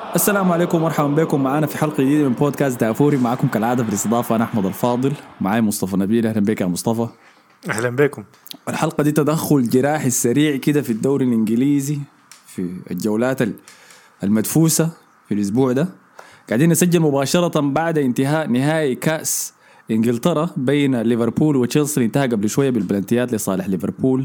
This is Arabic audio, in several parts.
السلام عليكم ومرحبا بكم معنا في حلقة جديدة من بودكاست دافوري. معكم كالعادة في الاستضافة أنا أحمد الفاضل، معي مصطفى نبيل. أهلا بك يا مصطفى. أهلا بكم. الحلقة دي تدخل جراحي السريع كده في الدوري الإنجليزي في الجولات المدفوسة في الأسبوع ده. قاعدين نسجل مباشرة بعد انتهاء نهائي كأس إنجلترا بين ليفربول وتشيلسي، انتهى قبل شوية بالبلنتيات لصالح ليفربول،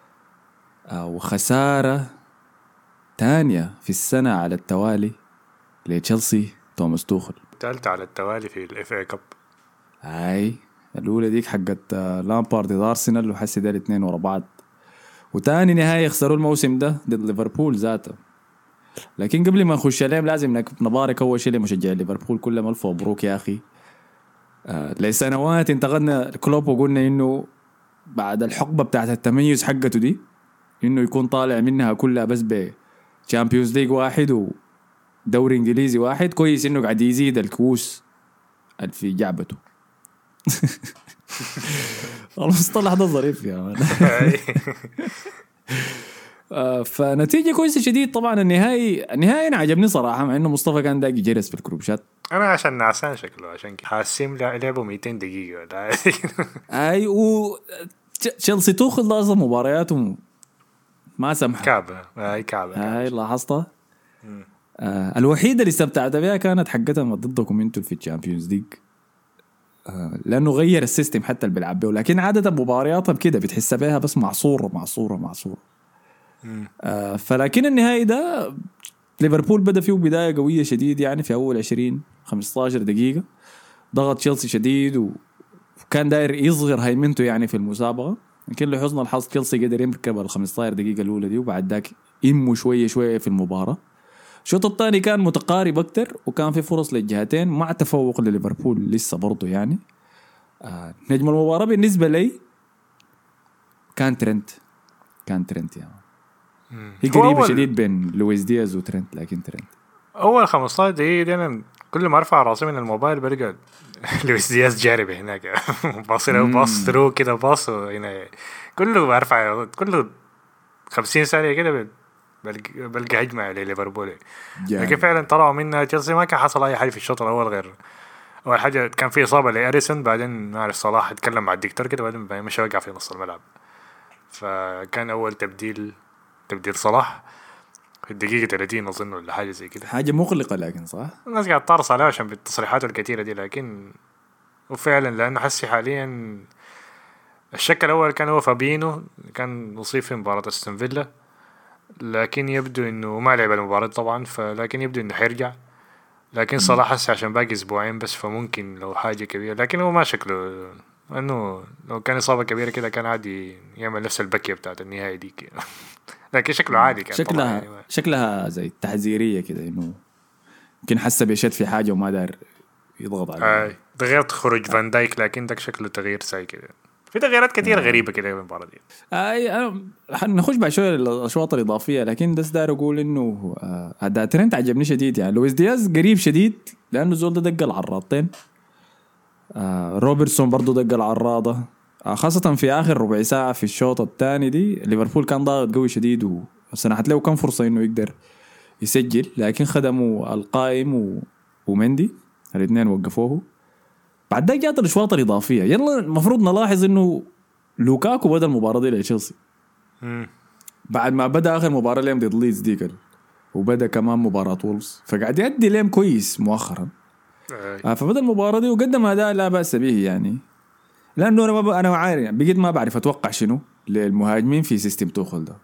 وخسارة تانية في السنة على التوالي لتشيلسي توماس توخل. ثالثة على التوالي في الاف اي كاب. هاي الأولى ديك حقت لامبارد ضد أرسنال وحسي دير 2 ورا بعض، وتاني نهاية يخسروا الموسم ده ضد ليفربول ذاته. لكن قبل ما نخش عليهم لازم نبارك أول شيء لمشجع ليفربول كلهم. ألف مبروك يا أخي. لسنوات انتقدنا كلوب وقلنا إنه بعد الحقبة بتاعت التميز حقته دي إنه يكون طالع منها كلها بس بشامبيونز ليج واحد ودوري إنجليزي واحد، كويس إنه قاعد يزيد الكؤوس في جعبته. المصطلح ده ظريف يا مان. فنتيجة كويسة شديد. طبعا النهائي أنا عجبني صراحة، مع إنه مصطفى كان داقي جرس في الكروبشات. أنا عشان نعسان شكله، عشان كده حاسين لعبوا 200 دقيقة. أي تشيلسي توخل ده أصلا مبارياته ما سمح كعبة. هاي لاحظتها. الوحيدة اللي استمتعت بها كانت حقتها ضدكم انتوا في الشامبيونز ليج، لأنه غير السيستم حتى اللي بيلعب به. لكن عادة مبارياتهم كده بتحس بها بس معصورة. فلكن النهائي ده ليفربول بدأ فيه بداية قوية شديد، يعني في أول 20-15 دقيقة ضغط تشيلسي شديد وكان داير يصغر هيمنته يعني في المسابقة. لكن لحسن الحظ تشيلسي قدر يركب 15 دقيقة الأولى دي، وبعد ذاك يمو شوية في المباراة. الشوط الثاني كان متقارب أكتر وكان في فرص للجهتين مع تفوق لليفربول لسه برضو يعني. نجم المباراة بالنسبة لي كان ترنت يعني هي قريبة شديد بين لويس دياز وترنت، لكن ترنت أول 15 دقيقة دي أنا كل ما أرفع راسي من الموبايل برجع لويس دياز جارب هناك. باص له باص ثرو كده، باص هنا كله برفع، كله 50 ثانية كده بلقى هجمة على ليفربول. لكن فعلا طلعوا منها تشيلسي. ما كان حصل أي حاجة في الشوط الأول غير أول حاجة كان في إصابة لأريسون، بعدين ما أعرف صلاح اتكلم مع الدكتور كده، بعدين مش وقع في نص الملعب. فكان أول تبديل صلاح في الدقيقة 30 أظن ولا حاجة زي كده، حاجة مقلقة. لكن صح الناس قاعد تارص عليه عشان بالتصريحات الكثيرة دي، لكن وفعلا لأنه حسي حاليا الشك الأول كان هو فابينو، كان مصيب في مباراة أستون فيلا، لكن يبدو إنه ما لعب المباراة طبعا، لكن يبدو إنه حيرجع. لكن صلاح حسي عشان باقي أسبوعين بس، فممكن لو حاجة كبيرة، لكن هو ما شكله انه لو كان اصابه كبيره كده كان عادي يعمل نفس البكيه بتاعت النهائي دي كده. لكن شكله عادي كان شكلها زي تحذيريه كده، انه يمكن حس بيشد في حاجه وما دار يضغط عليه. تغيرت خروج فان دايك، لكن ده شكله تغيير ساي كده. في تغييرات كتير غريبه كده في المباراه دي. انا نخش بعد شويه الاشواط الاضافيه، لكن بس داير اقول انه اداء ترنت عجبني شديد. يعني لويس دياز قريب شديد لانه زول ده دق العراضتين. روبرتسون برضو دق العراضة، خاصة في آخر ربع ساعة في الشوط الثاني دي. ليفربول كان ضاغط قوي شديد وسنحت له كان فرصة إنه يقدر يسجل، لكن خدموا القائم ومندي الاثنين وقفوه. بعد ذلك جات الأشواط الإضافية. يلا المفروض نلاحظ إنه لوكاكو بدأ المباراة دي لتشيلسي بعد ما بدأ آخر مباراة لهم ضد ليدز ديكل، وبدأ كمان مباراة وولفز، فقاعد يأدي لهم كويس مؤخرا. فبدأ المباراة دي وقدم أداء لا بأس به يعني. لأنه أنا عارف يعني بقيت ما بعرف أتوقع شنو للمهاجمين في سيستم توخل ده.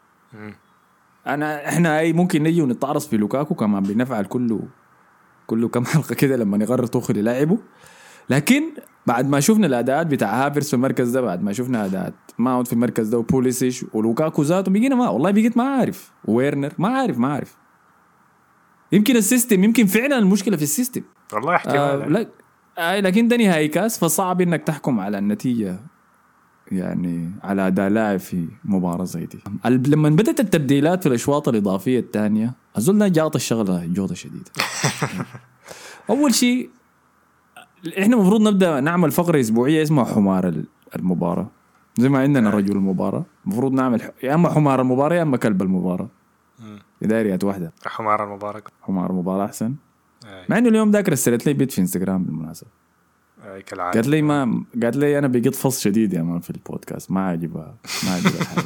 إحنا أي ممكن نيجي ونتعرض في لوكاكو كمان بنفعل كله كم حلقة كده لما يقرر توخل يلاعبه. لكن بعد ما شفنا الأداءات بتاع هافرز في المركز ده، بعد ما شفنا أداءات ماونت في المركز ده وبوليسيش ولوكاكو ذاته، بقيت ما عارف. ويرنر ما عارف. يمكن السيستم، يمكن فعلا المشكلة في السيستم والله احتمال. لكن ده نهائي كاس، فصعب انك تحكم على النتيجة يعني على أداء لاعب في مباراة زي دي. لما بدأت التبديلات في الأشواط الإضافية الثانية أظن جاءت الشغلة جودة شديدة. أول شيء إحنا مفروض نبدأ نعمل فقرة أسبوعية اسمها حمار المباراة. زي ما عندنا رجل المباراة، مفروض نعمل يا أما حمار المباراة يا أما كلب المباراة. دايريات واحدة. حمار المبارك. حمار مباراة أحسن. مع إنه اليوم ذاك رسلت لي بيت في إنستغرام بالمناسبة. كالعادة. قالت لي أنا بقيت فص شديد يا مان في البودكاست ما عجبها الحاجة.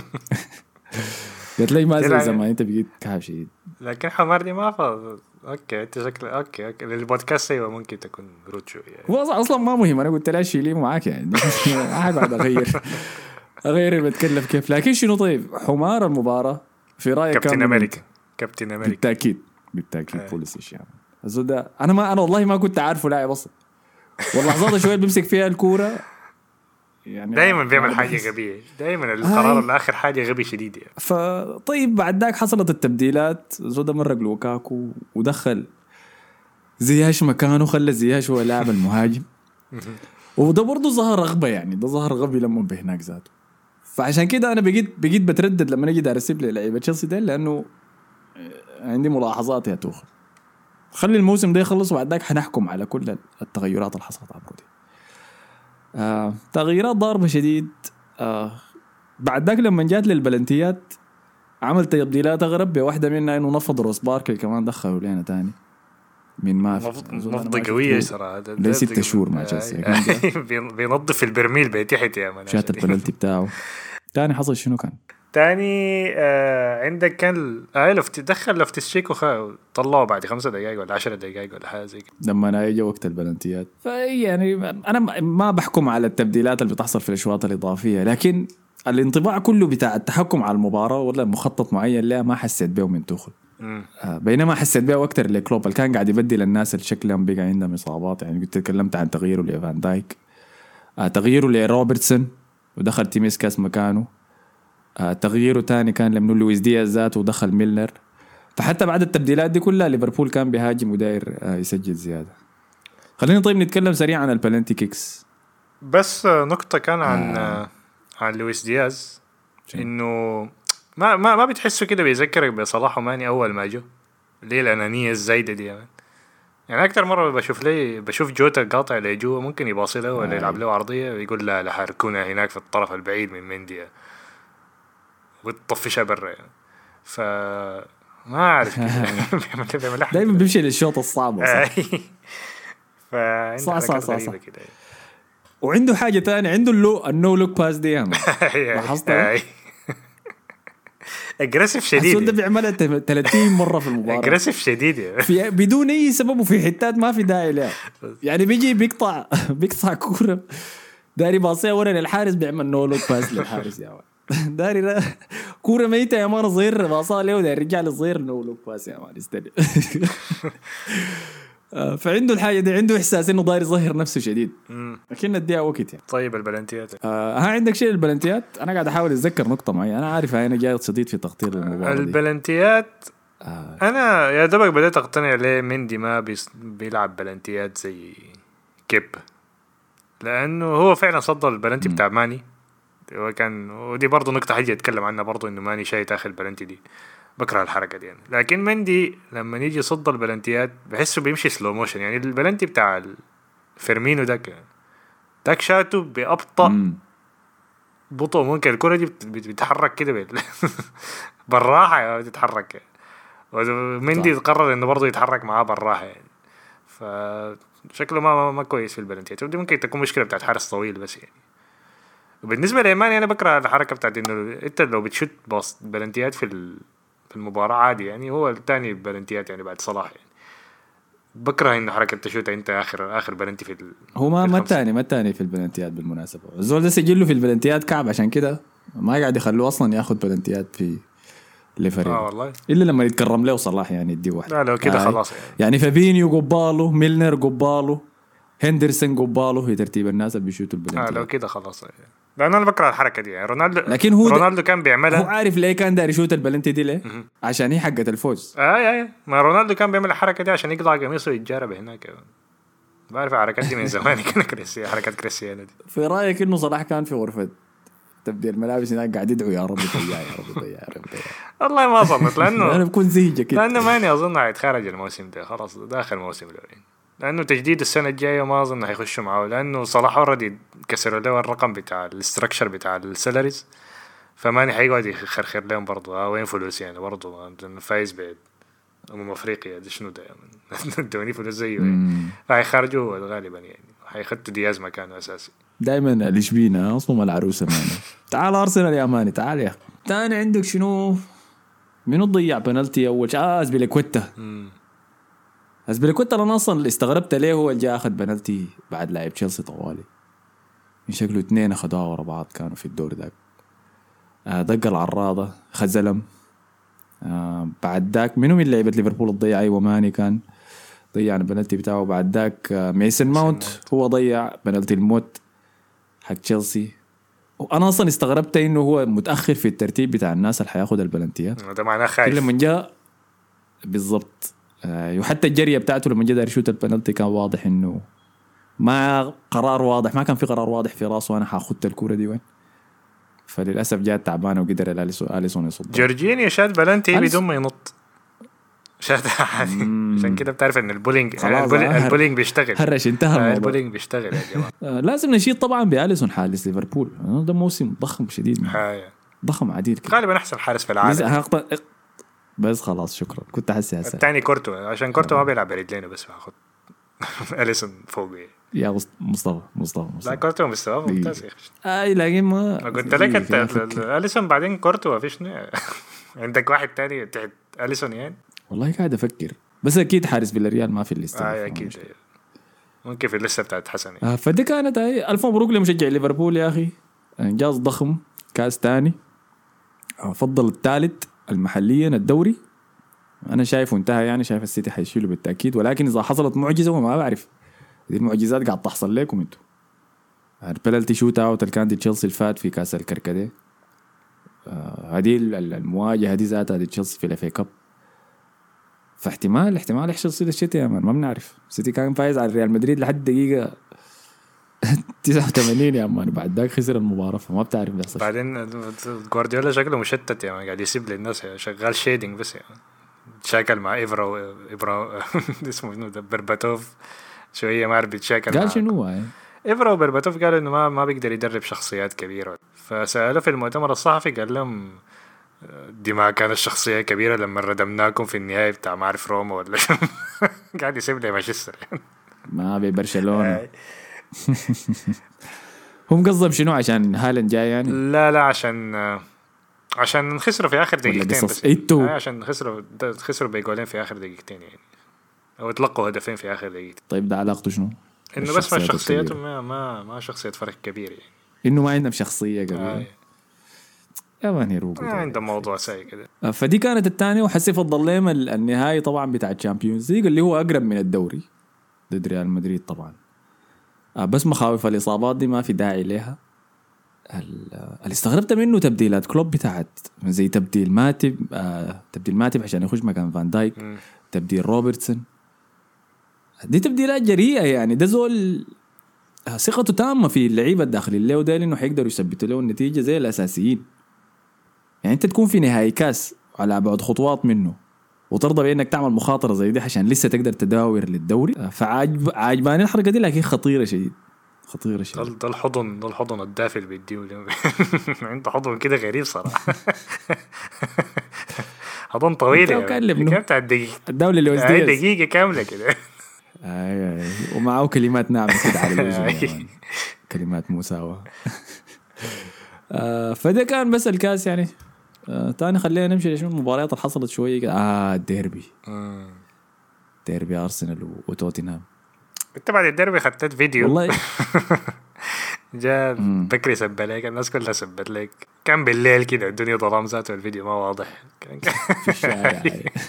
قالت لي ما زي زمان أنت بقيت كعب شديد. لكن حمار دي ما فاض. اوكي انت شكله اوكي البودكاست ايوه ممكن تكون رود شويه يعني. هو اصلا ما مهم انا قلت لها شيلي معاك يعني ما حقعد اغير بتكلم كيف. لكن شنو طيب حمار المباراه في رايك كابتن امريكا. كابتن امريكا بالتاكيد بوليسيش يعني الزول ده انا والله ما كنت عارفه لاعب اصلا واللحظات شويه بيمسك فيها الكوره يعني دايما بيعمل حاجه غبيه دايما القرار الاخر حاجه غبي شديد يعني. فطيب بعد ذاك حصلت التبديلات الزول ده مرق لوكاكو ودخل زياش مكانه خلى زياش هو لاعب المهاجم وده برضه ظهر رغبه يعني ده ظهر غبي لما بهناك ذاته. فعشان كده انا بقيت بتردد لما نجي ارسل لعيبه تشيلسي ده لانه عندي ملاحظات يا توخ. خلي الموسم ده يخلص وبعد ذاك حنحكم على كل التغيرات اللي حصلت عبره دي. تغييرات ضاربه شديد. بعد ذاك لما جات للبلنتيات عمل تبديلات اغرب بواحده منها انه نفض روس باركل كمان دخلوا لنا تاني من ما نفضة قوية صراحة ليه 6 شهور مع تشيلسي بينظف البرميل بيتحت يا مان. شات البلنتي بتاعه. تاني حصل شنو كان تاني عندك كان دخل لفتشيك طلعه بعد 5 دقائق ولا 10 دقائق ولا حاجة زي كده لما انا يجي وقت البلنتيات. يعني انا ما بحكم على التبديلات اللي بتحصل في الاشواط الاضافيه لكن الانطباع كله بتاع التحكم على المباراه ولا مخطط معين لا ما حسيت به من توخل. بينما حسيت به اكثر لكلوب اللي كان قاعد يبدل الناس اللي شكلهم بقى عندهم اصابات. يعني قلت تكلمت عن تغييره لفان دايك تغييره لروبرتسون ودخل تيميسكاس مكانه. تغييره تاني كان لمنو لويس دياز ذاته ودخل ميلنر. فحتى بعد التبديلات دي كلها ليفربول كان بيهاجم وداير يسجل زياده. خلينا طيب نتكلم سريعا عن البلنتي كيكس. بس نقطة كان عن لويس دياز انه ما بتحسه كده بيذكرك بصلاح وماني اول ما جو ليه الانانية الزايدة دي يعني اكتر مرة بشوف جوتا قاطع لجوه ممكن يباصي له ولا يلعب له عرضية ويقول لا حركونا هناك في الطرف البعيد من مندي وتطفشها برا يعني. ما اعرف دايما بيمشي للشوط الصعب صح. كده وعنده حاجة تانية عنده النو لوك باس دي لاحظتها اجريسيف شديد. السود ده بيعملها 30 مرة في المباراة. اجريسيف شديد بدون اي سبب وفي حتات ما في داعي لها. يعني بيجي بيقطع كورة داري باصيها ورا للحارس بيعمل نو لوك باس للحارس يا مان. داري كورة ميتة يا مان صغير باصها له وداري رجع للصغير نو لوك باس يا مان استنى. فعنده الحاجة دي عنده إحساس إنه داير يظهر نفسه شديد لكن نديها وقت يعني. طيب البلنتيات ها عندك شيء البلنتيات. أنا قاعد أحاول أتذكر نقطة معي أنا عارف أنا جاي شديد في تغطية المباراة البلنتيات أنا يا دوبك بدأت أقتنع ليه مندي ما بيلعب بلنتيات زي كيب لأنه هو فعلا صد البلنتي بتاع ماني وكان ودي برضو نقطة حاجة أتكلم عنها برضو إنه ماني شاي تاخل البلنتي دي بكره الحركة دي يعني. لكن مندي لما نيجي صد البلنتيات بحسه بيمشي سلو موشن يعني البلنتي بتاع فيرمينو داك شاتو بأبطأ بطء ممكن الكرة دي بتتحرك كده بالراحة يعني بتتحرك ومندي قرر إنه برضو يتحرك معاه بالراحة يعني. فشكله ما كويس في البلنتيات ودي ممكن تكون مشكلة بتاعت حارس طويل بس يعني. وبالنسبة لإيماني أنا بكره الحركة بتاعت إنه أنت لو بتشوت بلنتيات في المباراة عادي يعني هو الثاني بلنتيات يعني بعد صلاح يعني بكره إنه حركة تشوت أنت آخر بلنتي في هو ما الثاني في البلنتيات بالمناسبة. الزول ده سجله في البلنتيات كعب عشان كده ما قاعد يخلوه أصلا ياخد بلنتيات في لفريق والله إلا لما يتكرم له صلاح يعني يديه واحد. لا لو كده خلاص يعني فابينيو قباله ميلنر قباله هندرسون قباله في ترتيب الناس اللي بيشوتوا البلنتيات. لو كده خلاص يعني. لأن أنا بكره الحركة دي يعني رونالدو كان بيعملها. هو عارف ليه كان داير يشوت البلنتي دي ليه عشان هي حقة الفوز. ما رونالدو كان بيعمل الحركة دي عشان يقطع قميصه ويتجارب هناك. بعرف الحركات دي من زمان كان حركات كريستيانو دي. في رأيك إنه صلاح كان في غرفة تبديل الملابس هناك قاعد يدعو يا رب ضيع يا رب ضيع يا رب ضيع. والله ما ظنت لأنه أنا بكون زيجة كده لأنه ماني أظن هيتخرج الموسم ده خلاص داخل موسم الأولين لأنه تجديد السنة الجاية ما أظن هيخشوا معه لأنه صلاح أوردي كسروا له الرقم بتاع الاستراكشر بتاع السالاريز فماني حيقعد يخرخر لهم برضه وين فلوس يعني برضه فايز بعد افريقيا دي شنو ده ادوني فلوس زيه يعني فهيخرجوا غالبا يعني هيخدوا دياز مكانه اساسي. دائما الاشبينا اصلا العروسه ماني. تعال ارسنال يا ماني تعال يا تاني. عندك شنو منو ضيع بنالتي اول شيء؟ اسبيليكويتا. اسبيليكويتا انا اصلا استغربت ليه هو اللي جاء اخذ بنالتي بعد لاعب تشيلسي طوالي. من شكله 2 اخذوها ورا بعض كانوا في الدور ذاك. دق العراضه خزلم. بعد ذاك منو من لعيبه ليفربول الضيع؟ ايوه ماني كان ضيع البنالتي بتاعه. بعد ذاك ميسن ماونت هو ضيع بنالتي الموت حق تشيلسي. وانا اصلا استغربت انه هو متاخر في الترتيب بتاع الناس اللي حياخذ البلنتيات. ده معناه خايف لما جاء بالضبط. وحتى الجريه بتاعته لما جاء يشوت البنالتي كان واضح انه ما قرار واضح، ما كان في قرار واضح في راسه انا حاخذ الكوره دي وين. فللاسف جاءت تعبانه وقدر اليسون يصد. جورجينيو شاد بلنتي بدون ما ينط شاد عشان كده بتعرف ان البولينج بيشتغل. هرش انتهى البولينج بيشتغل يا جماعه. لازم نشيد طبعا بأليسون حارس ليفربول. ده موسم ضخم شديد ضخم عديد غالبا احسن حارس في العالم. بس خلاص شكرا. كنت حاسس الثاني كورتو عشان كورتو ما بيلعب برجلينه بس باخذ أليسون فوق يا مصطفى. لا كورتو مستواه ممتاز يا اخي. لكن ما قلت لك انت أليسون بعدين كورتو فيش عندك واحد تاني تحت أليسون يعني. والله قاعد افكر بس اكيد حارس بالريال ما في الليسته. اكيد ممكن في الليسته بتاعت حسن فدي كانت الف مبروك لمشجع ليفربول يا اخي. انجاز ضخم. كاس تاني. فضل الثالث المحليا الدوري. انا شايفه انتهى يعني. شايف السيتي حيشيله بالتاكيد. ولكن اذا حصلت معجزه وما بعرف دي المعجزات قاعد تحصل لكم انتوا. البلالتي شوت اوت اللي كان دي تشيلسي الفات في كاس الكركديه. هذه المواجهه دي ذاتها دي تشيلسي في الافي كاب. فاحتمال يحصل سيدي الشتاء يا مان. ما بنعرف. سيتي كان فايز على ريال مدريد لحد دقيقه 89 يا مان. بعد ذاك خسر المباراه. فما بتعرف بيحصل. بعدين جوارديولا شكله مشتت يا مان. قاعد يسيب للناس شغال شيدنج بس يعني. شاكل مع إبرا اسمه شنو ده برباتوف شويه ما عارف بيتشاكل. قال شنو إبرا وبرباتوف قالوا انه ما بيقدر يدرب شخصيات كبيره. فسأله في المؤتمر الصحفي قال لهم دي ما كانت شخصية كبيرة لما ردمناكم في النهاية بتاع ما أعرف روما ولا قاعد يسيب لي مانشستر ما ببرشلونة. هم قصدهم شنو عشان هالاند جاي يعني؟ لا عشان خسروا في آخر دقيقتين بس. عشان خسروا بيجولين في آخر دقيقتين يعني. أو تلقوا هدفين في آخر دقيقتين. طيب ده علاقته شنو؟ إنه بس ما شخصيتهم ما شخصية فرق كبير يعني. إنه ما عندهم شخصية كبيرة. يا مان يروقوا. عنده موضوع ساي كده. فدي كانت الثانية. وحسي فضل لهم النهائي طبعا بتاع الشامبيونز ليج اللي هو أقرب من الدوري ضد ريال مدريد طبعا. بس مخاوف الإصابات دي ما في داعي لها. اللي استغربت منه تبديلات كلوب بتاعت زي تبديل ماتب عشان يخش مكان فان دايك. تبديل روبرتسون. دي تبديلات جريئة يعني. ده زول ثقته تامة في اللعيبة الداخل اللي وده إنه حيقدروا يثبتوا له النتيجة زي الأساسيين. يعني أنت تكون في نهائي كاس على بعد خطوات منه وترضى بأنك تعمل مخاطرة زي دي عشان لسه تقدر تداور للدوري. فعجباني الحركة دي لكن خطيرة شديد. ده الحضن الدافئ اللي بيديه عنده حضن كده غريب صراحة. حضن طويل يعني بتاع الدولة اللي وزدية دقيقة كاملة كده. ومعه كلمات ناعمة كده على الوجه. كلمات مساواة. فده كان بس الكاس يعني. تاني خلينا نمشي لشنو المباريات اللي حصلت شوية كده. الديربي. ديربي أرسنال وتوتنهام. انت بعد الديربي خدت فيديو والله. جاء بكري سب لك الناس كلها سبت لك. كان بالليل كده الدنيا ظلام ذاته والفيديو ما واضح. في الشارع.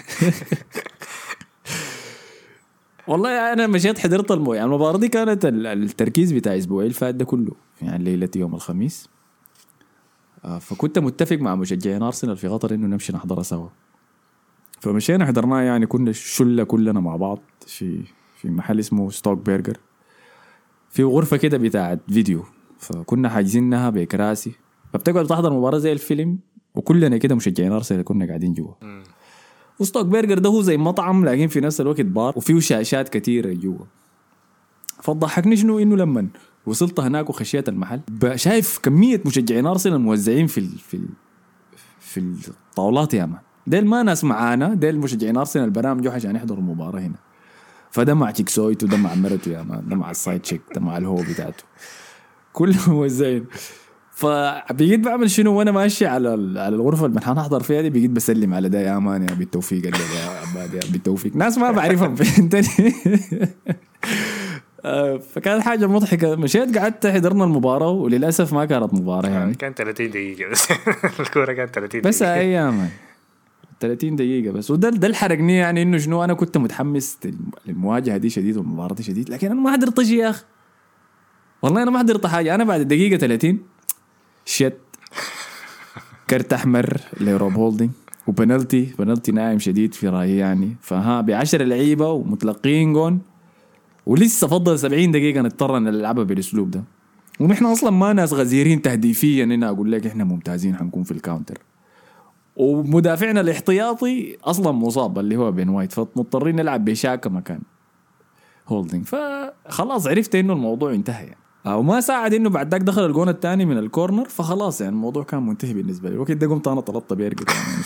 والله أنا مشيت حضرت يعني المباراة دي كانت التركيز بتاع أسبوعي الفات ده كله يعني ليلة يوم الخميس. فكنت متفق مع مشجعين أرسنال في قطر إنه نمشي نحضرها سوا. فمشينا حضرناه يعني كنا شلة كلنا مع بعض في محل اسمه ستوك برجر في غرفة كده بتاعت فيديو. فكنا حاجزينها بكراسي فبتقعد تحضر مباراة زي الفيلم وكلنا كده مشجعين أرسنال كنا قاعدين جوا. وستوك برجر ده هو زي مطعم لكن في نفس الوقت بار وفيه شاشات كتيرة جوا. فضحكني شنو إنه لما وصلت هناك وخشيت المحل شايف كمية مشجعين أرسنال موزعين في في الطاولات يا مان. ديل ما ناس معانا، ديل مشجعين أرسنال البرامج عشان يحضروا المباراة هنا. فده مع تشيكسويت وده مع مرته يا مان، ده مع السايد تشيك، ده مع الهو بتاعته، كلهم موزعين. فبقيت بعمل شنو وانا ماشي على الغرفه اللي حنحضر فيها دي، بقيت بسلم على ده يا مان يا بالتوفيق، قال لي يا عباد يا بالتوفيق، ناس ما بعرفهم فهمتني. فكانت حاجه مضحكه. مشيت قعدت حضرنا المباراه، وللاسف ما كانت مباراه يعني، كان 30 دقيقه بس. الكوره كانت 30 بس دقيقه ايام 30 دقيقة بس. وده اللي حرقني يعني، انه شنو انا كنت متحمس للمواجهة دي شديد والمباراة دي شديد، لكن انا ما حضرت شيء يا اخي، والله انا ما حضرت حاجة. انا بعد الدقيقة 30 شت كرت احمر لروب هولدينج، وبنالتي نايم شديد في رايي يعني. فها ب10 لعيبة ومتلقين جون، ولسه فضل 70 دقيقة نضطر نلعبها بالاسلوب ده، ونحن اصلا ما ناس غزيرين تهديفيا. انا اقول لك احنا ممتازين حنكون في الكاونتر، ومدافعنا الاحتياطي اصلا مصاب اللي هو بين وايت، فمضطرين نلعب بشاكا مكان هولدينج. فخلاص عرفت انه الموضوع انتهى يعني. وما ساعد انه بعد ذاك دخل الجون الثاني من الكورنر، فخلاص يعني الموضوع كان منتهي بالنسبه لي. وقت ده قمت انا طلبت بيرقد يعني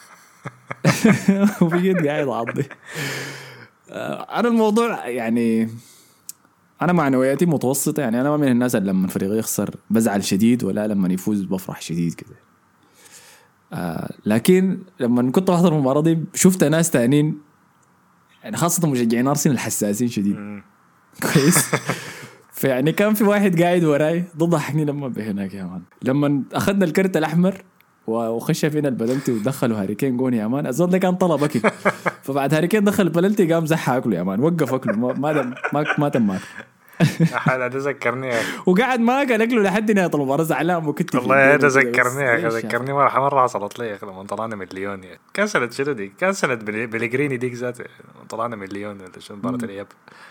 وبقيت قاعد عضي. انا الموضوع يعني انا معنوياتي متوسطه يعني. انا ما من الناس اللي لما فريقي يخسر بزعل شديد، ولا لما يفوز بفرح شديد كده. لكن لما كنت بحضر المباراة دي شفت ناس تانين يعني، خاصة مشجعين أرسنال الحساسين شديد كويس. فيعني كان في واحد قاعد وراي ضحكني لما بهناك يا مان، لما أخذنا الكرت الأحمر وخش فينا البلنتي ودخلوا هاريكين جون يا مان. الزول ده كان طلب أكل، فبعد هاريكين دخل البلنتي قام زحها أكله يا مان، وقف أكله ما تم أكله. هذا ذكرني وقعد ما اكل اكله لحد نهايه المباراه زعلان وكنت والله. هذا ذكرني مره حصلت لي لما طلعنا من ليون يعني. كان سنه شنو دي؟ كان سنه بليغريني ديك ذاته، طلعنا من ليون ولا شو مباراه الياب.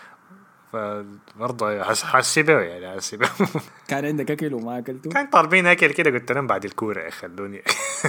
فبرضه حسيبه يعني حسيبه. كان عندك اكل وما اكلته؟ كان طالبين اكل كده، قلت لهم بعد الكوره خلوني.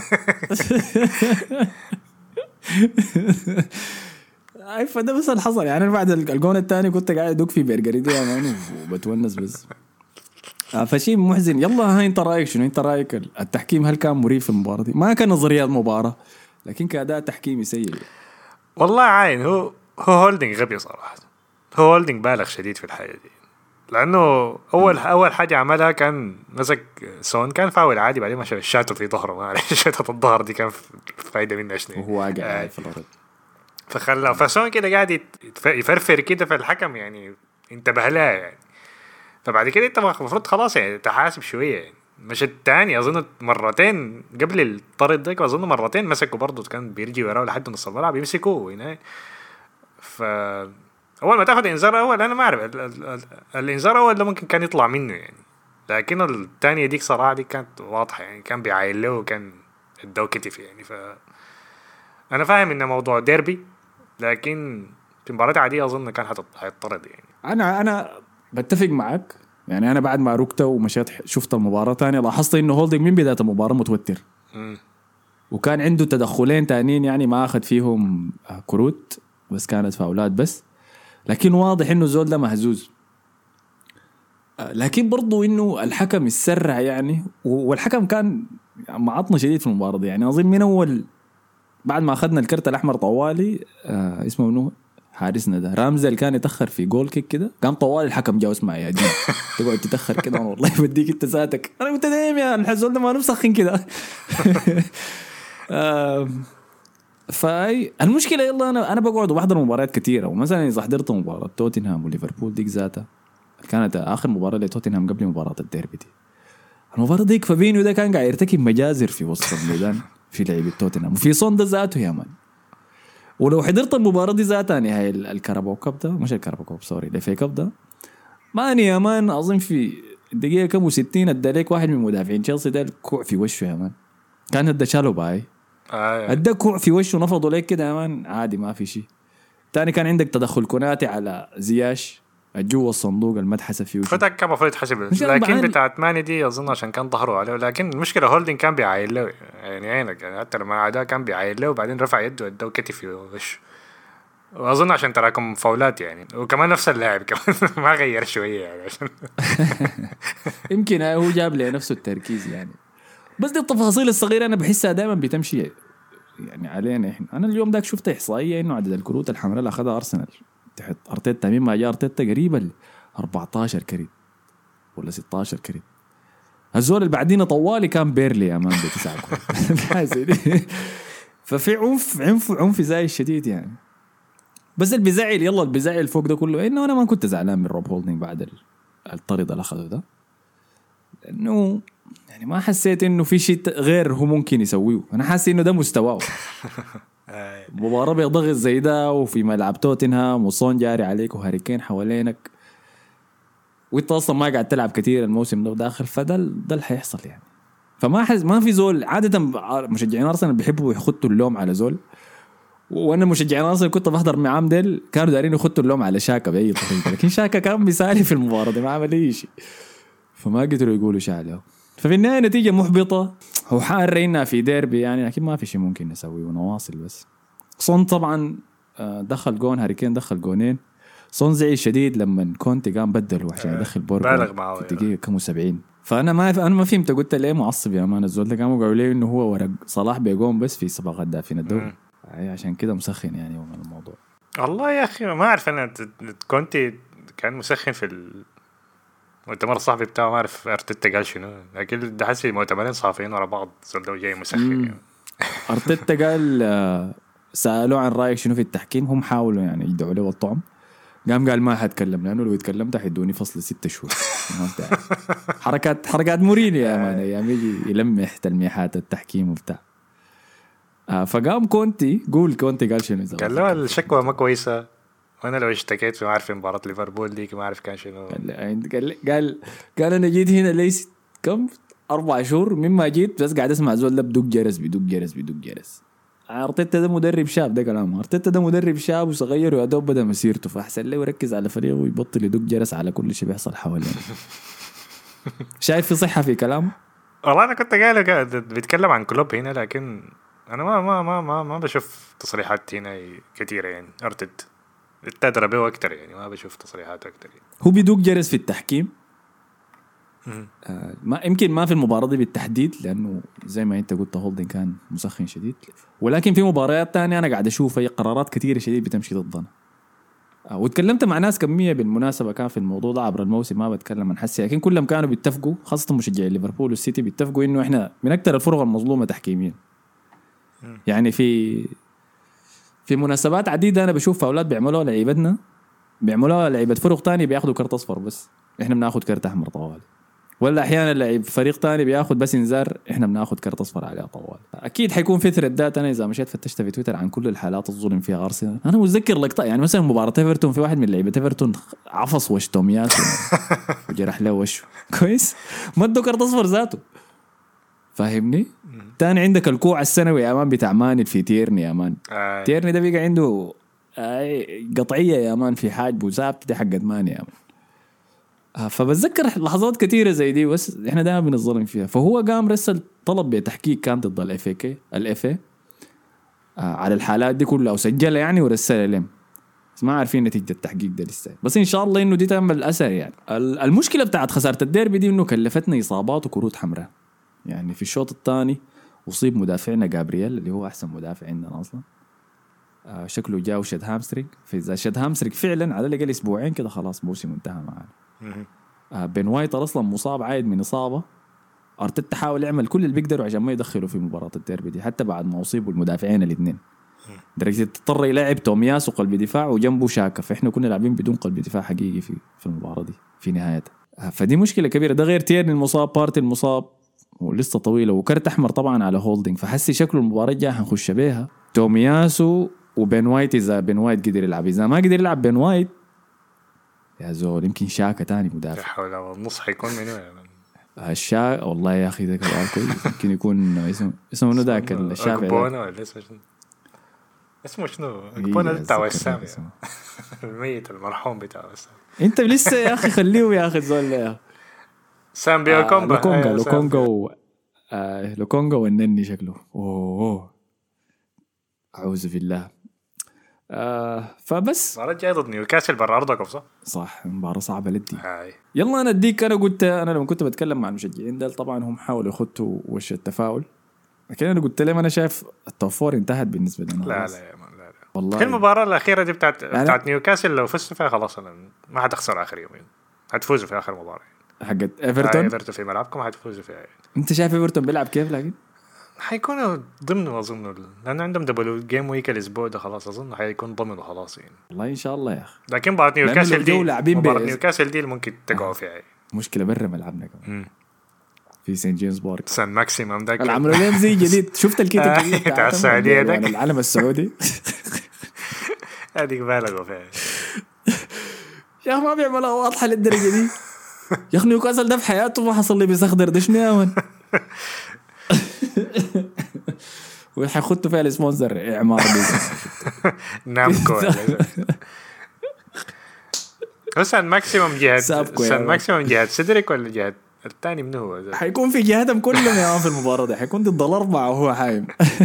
اي فده بس اللي حصل يعني. بعد الجون الثاني كنت قاعد ادق في برجريدي يا مان وبتونس بس. فشيء محزن. يلا هاي انت رايك شنو؟ انت رايك التحكيم هل كان مريف في المباراه دي؟ ما كان نظريات مباراه، لكن كاداء تحكيمي سيء. والله عاين هو هولدينج غبي صراحه. هو هولدينج بالغ شديد في الحاجه دي، لانه اول حاجه عملها كان مسك سون، كان فاول عادي، بعدين ما شاته في ظهره. ما عليه شاته الظهر دي كان فايده منها شنو، وهو واقع في الارض. فخلى فسون كده قاعد يفرفر كده في الحكم يعني، انتبه لها يعني. فبعد كده انت المفروض خلاص يعني تحاسب شويه يعني. مش الثاني اظن مرتين قبل الطرد ده، اظن مرتين مسكوا برضه، كان بيرجي وراه لحد نص الملعب يمسكوه هنا. ف اول ما تاخد انذار اول، انا ما اعرف الانذار اول ده ممكن كان يطلع منه يعني، لكن الثانيه ديك صراحه دي كانت واضحه يعني، كان بيعاين له وكان اداه كتف يعني. ف انا فاهم انه موضوع ديربي، لكن في مباراة عادية أظن كان هيطرد يعني. أنا بتفق معك يعني. أنا بعد ما ركت ومشيت شفت المباراة تانية، لاحظت إنه هولدينج من بداية المباراة متوتر، وكان عنده تدخلين تانيين يعني ما أخذ فيهم كروت، بس كانت فاولات بس، لكن واضح إنه زول ده مهزوز. لكن برضو إنه الحكم السرع يعني، والحكم كان معطنا شديد في المباراة دي يعني. أظن من أول بعد ما أخذنا الكرت الأحمر طوالي اسمه منه حارسنا ده رامزي اللي كان يتأخر في جول كيك كده، قام طوالي الحكم جاء اسمع يا دي تقعد تتأخر كده والله بديك انت ذاتك. انا قلت دايم يا الحزول ده ما نمسخن كده. فاي المشكله يلا انا بقعد وبحضر مباريات كثيره، ومثلا اذا حضرت مباراه توتنهام وليفربول ديك ذاتها كانت اخر مباراه لتوتنهام قبل مباراه الديربي دي، المباراه ديك فابينيو ده كان قاعد يرتكب مجازر في وسط الميدان في لعيبه توتنهام، وفي صون ده ذاته يا مان. ولو حضرت المباراة دي ذاتها نهاية الكاراباو كاب ده، مش الكاراباو كاب سوري الفي كاب ده، ماني يا مان أظن في الدقيقة كم و60 ادالك واحد من مدافعين تشيلسي ده الكوع في وشه يا مان، كان هدا شالو باي ادى كوع في وشه نفضوا ليك كده يا مان عادي ما في شيء. تاني كان عندك تدخل كوناتي على زياش جوا الصندوق المدحسة فيه فتك كان المفروض يتحسب، لكن بتاعت ماني دي أظن عشان كان ظهره عليه، لكن المشكلة هولدين كان بيعاين له يعني عينك يعني، حتى لما عاداه كان بيعاين له وبعدين رفع يده وده وكتف وش، وأظن عشان تراكم فاولات يعني، وكمان نفس اللاعب كمان ما غير شوية يعني عشان يمكن هو جاب له نفسه التركيز يعني. بس دي التفاصيل الصغيره انا بحسها دائما بتمشي يعني علينا احنا. انا اليوم داك شفت احصائيه انه عدد الكروت الحمراء اللي اخذها ارسنال تحت ارتيتا مين ما جاء ارتيتا قريبا 14 كريت ولا 16 كريت. الزول اللي بعدين طوالي كان بيرلي يا مان ب9 كرات. ففي عنف زي الشديد يعني. بس اللي بيزعل يلا اللي بيزعل فوق ده كله انه انا ما كنت زعلان من روب هولدينج بعد الطرد اللي اخذه ده، لانه يعني ما حسيت انه في شيء غير هو ممكن يسويه. انا حاسس انه ده مستواه. مباراة بيضغط زي ده وفي ملعب توتنهام وصون جاري عليك وهاري كين حوالينك وانت اصلا ما قاعد تلعب كتير الموسم ده داخل، فده اللي حيحصل يعني. فما حس ما في زول. عادة مشجعين ارسنال بيحبوا يخطوا اللوم على زول، وانا مشجعين ارسنال كنت بحضر معام ديل كانوا دارين يخطوا اللوم على شاكا باي طريقه، لكن شاكا كان مثالي في المباراة دي ما عمل اي شيء، فما قدروا يقولوا شيء عليه. ففي النهاية نتيجة محبطة. هو حارينا في ديربي يعني، لكن ما في شيء ممكن نسويه ونواصل. بس صون طبعا دخل جون، هاري كين دخل جونين. صون زعل شديد لما كونتي قام بدله عشان يدخل بالغ معه في الدقيقة كم 70. فأنا ما فهمت، قلت ليه معصب يا مان الزول ده؟ قاموا قالوا لي إنه هو ورق صلاح بيقوم بس في صباغات دافين الدوري عشان كده مسخن يعني هو الموضوع. والله يا أخي ما أعرف أنا كونتي كان مسخن في المؤتمر الصحفي بتاعه، ما أعرف أرتيتا قال شنو، لكن ده حسي مؤتمرين صحفيين ورا بعض زول ده جاي مسخن يعني. أرتيتا قال سألوه عن رأيك شنو في التحكيم، هم حاولوا يعني يدعوا له الطعم، قال ما حتكلم لأنه لو يتكلمت حيدوني فصل 6 شهور. حركات موريني يا مان أيام يجي يلمح تلميحات التحكيم وبتاع. فقام كونتي قال شنو؟ قال له الشكوى ما كويسة، وانا لو اشتكيت ما عارف مباراة ليفربول دي ما عارف كان شنو. قال انا جيت هنا ليس كم 4 شهور مما جيت بس قاعد اسمع زول ده بدق جرس. ارتيتا ده مدرب شاب، ده كلامه. ارتيتا ده مدرب شاب وصغير ويا دوب بدا مسيرته، فاحسن له يركز على فريقه ويبطل يدق جرس على كل شيء بيحصل حواليه. شايف في صحة في كلامه؟ والله انا كنت قاعد بيتكلم عن كلوب هنا، لكن انا ما بشوف تصريحات هنا كثيرة يعني. ارتيتا التدرى به اكتر يعني، ما بشوف تصريحات اكتر يعني. هو بيدوق جرس في التحكيم ما يمكن ما في المباراة دي بالتحديد، لأنه زي ما أنت قلت هولدين كان مسخن شديد، ولكن في مباريات تانية أنا قاعد أشوف أي قرارات كثيرة شديد بتمشي ضدنا. واتكلمت مع ناس كمية بالمناسبة كان في الموضوع ده عبر الموسم، ما بتكلم عن حسي، لكن كلهم كانوا بيتفقوا، خاصة مشجعي ليفربول والسيتي بيتفقوا إنه إحنا من أكثر الفرق المظلومة تحكيميا. يعني في مناسبات عديدة أنا بشوف فاولات بيعملوها لعيبتنا، بيعملوها لعيبة فرق تاني بياخدوا كرت أصفر، بس إحنا بناخد كرت أحمر طوال. ولا احيانا لعيب فريق تاني بياخد بس انذار، احنا بناخد كرت اصفر عليها طوال. اكيد حيكون في ثريدات، انا اذا مشيت فتشت في تويتر عن كل الحالات الظلم فيها ارسنال. انا متذكر لقطه يعني مثلا مباراه ايفرتون، في واحد من لعيبه ايفرتون عفص وش تومياس وجرح له وشه كويس، ما ادوا كرت اصفر ذاته، فاهمني؟ تاني عندك الكوع السنوي يا مان بتاع ماني في تيرني يا مان. تيرني ده بيقى عنده قطعيه يا مان في حاجب وثابت، دي حقت ماني يا مان. فبتذكر لحظات كثيرة زي دي، بس احنا دائما بنظلم فيها. فهو قام رسل طلب بتحقيق كان ضد الاف اي على الحالات دي كلها وسجلها يعني ورسلها لهم، بس ما عارفين نتيجة التحقيق ده لسه. بس ان شاء الله انه دي تعمل اثر يعني. المشكلة بتاعت خسارة الديربي دي انه كلفتنا اصابات وكروت حمراء. يعني في الشوط الثاني اصيب مدافعنا جابرييل اللي هو احسن مدافع عندنا اصلا، شكله جاء وشد هامسترينج. فاذا شد هامسترينج فعلا على الاقل اسبوعين كده خلاص موسم انتهى معنا. بين وايت اصلا مصاب عايد من اصابه. ارتيتا حاول يعمل كل اللي بيقدروا عشان ما يدخلوا في مباراه الديربي دي، حتى بعد ما اصيبوا المدافعين الاثنين درجه اضطر يلعب تومياس وقلب دفاع وجنبه شاكا، فاحنا كنا لاعبين بدون قلب دفاع حقيقي في المباراه دي في نهايتها. فدي مشكله كبيره. ده غير تيرني المصاب، بارتي المصاب ولسه طويله، وكرت احمر طبعا على هولدينج. فحسي شكله المباراه الجايه حنخش بيها تومياسو وبين وايت. اذا بين وايت قدر يلعب، اذا ما قدر يلعب بين وايت يا زول يمكن شاكا تاني مدافع. حول النص حيكون منو يا الشاك والله يا اخي ذاك كويس. يمكن يكون اسمه منو ذاك الشافعي ولا اسمه شنو اكبونا بتاع وسام الميت المرحوم بتاع وسام. انت لسه يا اخي خليه يا اخي الزول يا سام بيوكومبا لوكونغا والنني شكله اوه اعوذ بالله. فبس المباراة الجاية ضد نيوكاسل برا أرضكم صح؟ صح مباراة صعبة لدي. هاي يلا أنا أديك. أنا قلت أنا لما كنت بتكلم مع المشجعين دول طبعا هم حاولوا يخطوا وش التفاؤل، لكن أنا قلت لهم أنا شايف التوب فور انتهت بالنسبة لنا. لا خلاص. لا يا مان لا لا. والله في المباراة الأخيرة دي بتاعت يعني نيوكاسل لو فزتوا فيها خلاص أنا ما حتخسر آخر يومين، هتفوزوا في آخر مباراة. حقت إيفرتون. إيفرتون في ملعبكم هتفوزوا فيها. أنت شايف إيفرتون بيلعب كيف؟ لكن حيكونوا ضمنوا أظن لأنه عندهم دبل جيم ويك الأسبوع ده خلاص أظن حيكون ضمنوا خلاص يعني. والله إن شاء الله يا أخي. لكن مباراة نيوكاسل دي مباراة بيز. نيوكاسل دي اللي ممكن تقعوا فيها يعني. مشكلة برا ملعبنا كمان في سان جيمس بارك. سان ماكسيمم ده العملوا لهم زي جديد. شفت الكيت الجديد بتاع السعودية ده العالم السعودي. هذيك بالغوا فيها يا أخي ما بيعملها واضحة للدرجة دي. يا أخي نيوكاسل ده في حياته ما حصل لي بيسخدر ده شنو يا من. وحيخطوا فيها السبونسر إعمار نامكو سان ماكسيمم جهة سيدريك ولا جهة الثاني منه هو حيكون في جهتهم كلهم يا في المباراة دي. حيكون ضد الأربعة وهو حايم.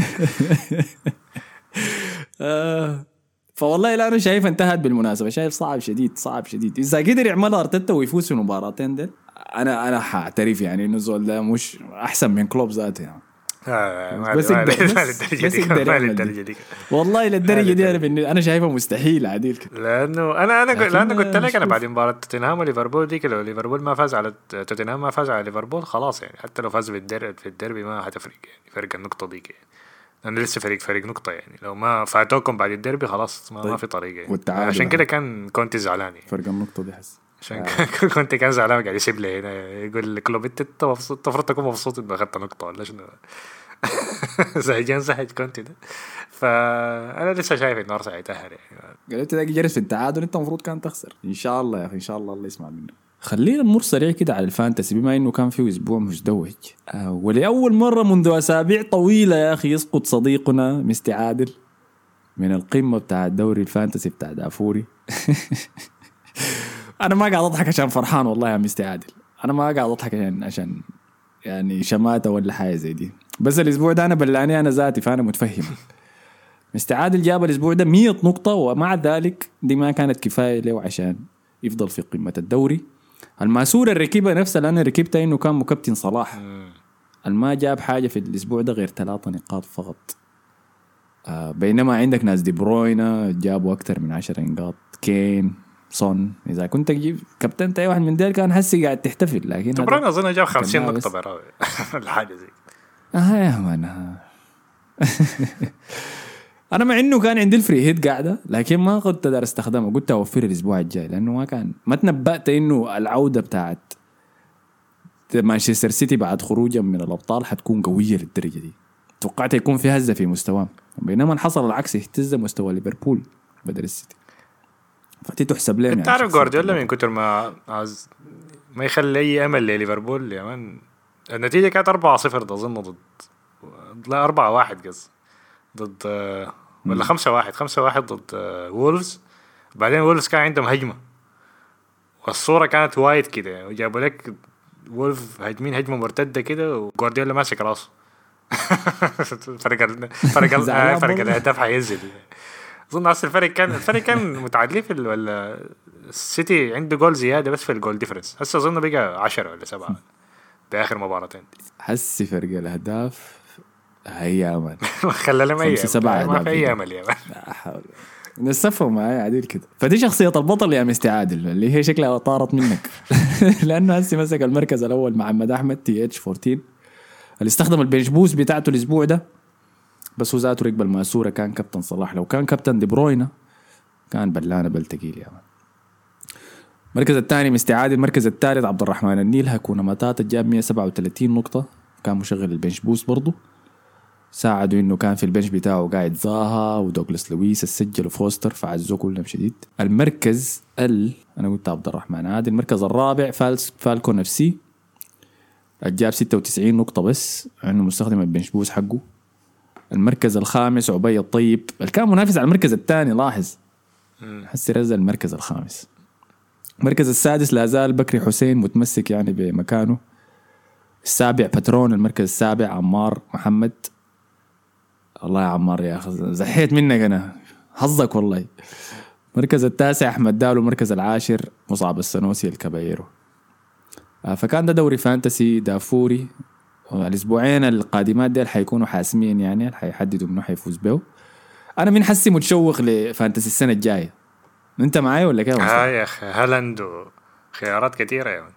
فوالله لا أنا شايف انتهت بالمناسبة. شايف صعب شديد إذا قدر يعملها أرتيتا ويفوز في المباراتين دي أنا حاعترف يعني إنه زول ده مش أحسن من كلوب ذاته يعني. بس الدرجة دي والله للدرجة دي أنا شايفها مستحيل عديل كده. لأنه قلت لك أنا بعد مباراة توتنهام وليفربول دي لو ليفربول ما فاز على توتنهام ما فاز على ليفربول خلاص يعني حتى لو فاز في الديربي ما هتفرق يعني فرق النقطة دي يعني. أنا لسه فرق نقطة يعني لو ما فاتوكم بعد الديربي خلاص ما في طريقة يعني. عشان كده كان كنت زعلان يعني. فرق النقطة دي حس عشان كنت كان زعلان قاعد يسيب لي هنا يقول كلوب انت تفرط تكون مبسوط انك اخذت نقطة ولا شنو. زهجان زهج كنت ده. فأنا لسه شايف إنه أرسنال يتأهل يعني. قلت لك جرس في التعادل أنت المفروض كان تخسر. إن شاء الله يا أخي إن شاء الله الله يسمع منك. خلينا نمر سريع كده على الفانتسي بما إنه كان فيه أسبوع مزدوج. ولأول مرة منذ أسابيع طويلة يا أخي يسقط صديقنا مستعادل من القمة بتاع الدوري الفانتسي بتاع دافوري. أنا ما قاعد أضحك عشان فرحان والله يا مستعادل. أنا ما قاعد أضحك عشان يعني شماتة ولا حاجة زي دي. بس الأسبوع ده أنا بلاني أنا ذاتي فأنا متفهم. مستعادل جاب الأسبوع ده 100 نقطة ومع ذلك دي ما كانت كفاية له عشان يفضل في قمة الدوري. الماسورة الركيبة نفسها اللي أنا ركبتها إنه كان مكابتن صلاح الما جاب حاجة في الأسبوع ده غير 3 نقاط فقط. بينما عندك ناس دي بروينا جابوا أكتر من 10 نقاط. كين صون إذا كنت تجيب كابتن أي واحد من ديل كان حسي قاعد تحتفل. لكن دي بروينا أظن جاب 50 نقطة براوي الحاجة زي يا مان. أنا مع إنه كان عندي الفري هيت قاعدة لكن ما قلت أقدر استخدمه. قلت أوفر الأسبوع الجاي لأنه ما تنبأت إنه العودة بتاعت مانشستر سيتي بعد خروجهم من الأبطال حتكون قوية للدرجة دي. توقعت يكون في هزة في مستواه بينما حصل العكس اهتز مستوى ليفربول بدل السيتي. فتي تحسب لهم. انت عارف جوارديولا من كتر ما يخلي أي أمل لليفربول يا مان. النتيجة كانت 4-0 أظن ضد لا 4-1 قص ضد ولا 5-1 ضد وولفز. بعدين وولفز كان عندهم هجمة والصورة كانت وايد كده وجابوا لك وولف هجمين هجمة مرتدة كده وجوارديولا ماسك راسه. فرق الهدف حينزل. أظن أصل الفرق كان متعادلين في ولا السيتي عنده جول زيادة بس في الجول ديفرنس. هسه أظن بقى 10 ولا 7 بآخر مباراتين. حس فرق الأهداف هي أمل. خلى لهم أي 5-7 ما في أي أمل يا مان. لا حول. نصفهم معايا عديل كده. فدي شخصية البطل يا مستعادل اللي هي شكلها طارت منك. لأنه هسي مسك المركز الأول مع محمد أحمد TH14 اللي استخدم البنش بوست بتاعته الأسبوع ده. بس هو ذاته ركب الماسورة كان كابتن صلاح. لو كان كابتن دي بروينا كان بلانة بلتقيل يا مان. المركز الثاني مستعادل. المركز الثالث عبد الرحمن النيل هكون ماتات جاب 137 نقطة. كان مشغل البنش بوست برضو ساعدوا انه كان في البنش بتاعه قاعد زاها ودوغلاس لويس السجل وفوستر فعزوه كلهم شديد. المركز انا قلت عبد الرحمن عادل. المركز الرابع فالكون FC جاب 96 نقطة بس انه مستخدم البنش بوست حقه. المركز الخامس عبي الطيب اللي كان منافس على المركز الثاني لاحظ حسي رزل المركز الخامس. المركز السادس لا زال بكري حسين متمسك يعني بمكانه. السابع باترون. المركز السابع عمار محمد. الله يا عمار يا أخي زحيت منك أنا حظك والله. المركز التاسع أحمد دالو، المركز العاشر مصعب السنوسي الكبايرو. فكان ده دوري فانتسي دافوري. الأسبوعين القادمات ديل حيكونوا حاسمين، يعني حيحددوا منو حيفوز به. أنا من حسي متشوق لفانتسي السنة الجاية. أنت معاي ولا كيف؟ يا أخي هالاند خيارات كثيرة يا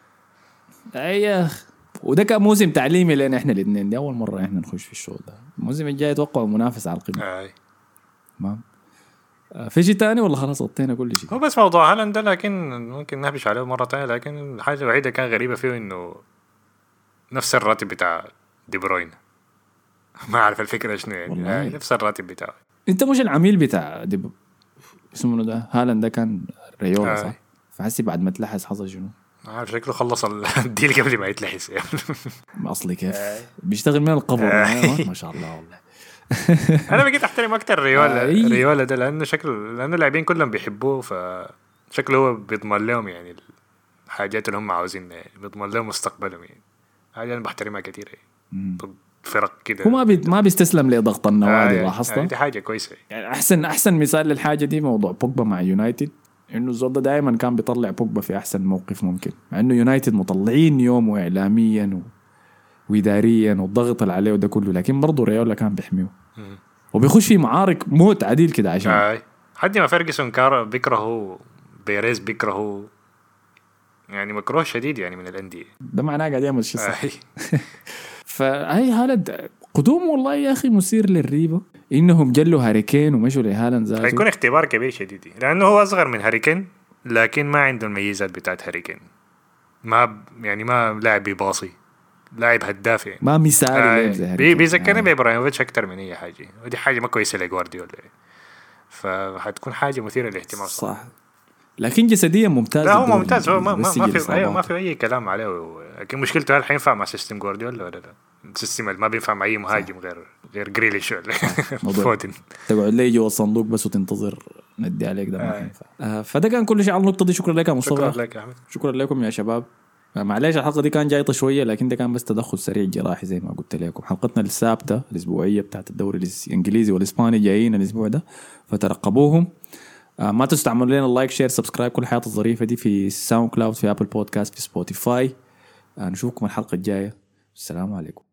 أي يا أخي، وده كان موسم تعليمي لنا إحنا الاثنين، دي أول مرة إحنا نخش في الشوط ده. الموسم الجاي أتوقع منافس على القمة. تمام. في شيء تاني ولا خلاص غطينا كل شيء؟ هو بس موضوع هالاند ده، لكن ممكن نهبش عليه مرة تانية. لكن الحاجة الوحيدة كان غريبة فيه إنه نفس الراتب بتاع دي بروين. ما أعرف الفكرة شنو يعني. نفس الراتب بتاعه. أنت مش العميل بتاع اسمه ده هالاند ده كان ريولا صح؟ فحسي بعد ما تلحس حصل شنو؟ عارف شكله خلص الديل قبل ما يتلحس يعني. أصلي كيف بيشتغل من القبر. ما شاء الله والله. انا بقيت احترم اكتر ريولا ده لانه اللاعبين كلهم بيحبوه، فشكله هو بيضمن لهم يعني الحاجات اللي هم عاوزينها، يعني بيضمن لهم مستقبلهم. يعني حاجه انا بحترمها كتير يعني. فرق كده هو ما بيستسلم لضغط النوادي. لاحظتها دي حاجه كويسه يعني. احسن مثال للحاجه دي موضوع بوجبا مع يونايتد، انه الزول ده دائما كان بيطلع بوجبا في احسن موقف ممكن، مع انه يونايتد مطلعين يومه اعلاميا واداريا والضغط اللي عليه وده كله، لكن برضه ريولا كان بيحميه وبيخش في معارك موت عديل كده عشان حد ما فيرجسون بيكرهه، بيريز بيكرهه، يعني مكروه شديد يعني من الأندية. ده معناه قاعد يعمل شيء صح. فهي هالاند قدوم والله يا أخي مثير للريبة، إنهم جلوا هاريكين ومشوا لهالاند ذاته. هيكون اختبار كبير شديد، لأنه هو أصغر من هاريكين لكن ما عنده الميزات بتاعت هاريكين. ما لاعب بيباصي، لاعب هداف يعني. ما مثالي زي هاريكين. بيذكرني بإبراهيموفيتش أكتر من أي حاجة، ودي حاجة ما كويسة لجوارديولا. فهتكون حاجة مثيرة للاهتمام صح. لكن جسديا ممتاز. لا هو ممتاز، هو ما في أي كلام عليه. لكن مشكلته هل حينفع مع سيستم جوارديولا ولا لا؟ السيستم اللي ما بينفع مع أي مهاجم غير جريليش ولا فودن. تقعد لي جوا الصندوق بس وتنتظر ندي عليك، ده ما ينفع. فده كان كل شيء على النقطة دي. شكرا لك يا مصطفى. شكرا لك يا أحمد. شكرا لكم يا شباب. معليش الحلقة دي كان جايطة شوية، لكن ده كان بس تدخل سريع جراحي زي ما قلت لكم. حلقتنا الثابتة الأسبوعية بتاعت الدوري الإنجليزي والإسباني جايين الأسبوع ده، فترقبوهم. ما تستعملوا لنا اللايك شير سبسكرايب كل الحياة الظريفة دي في ساوند كلاود، في أبل بودكاست، في سبوتيفاي. نشوفكم الحلقة الجاية. السلام عليكم.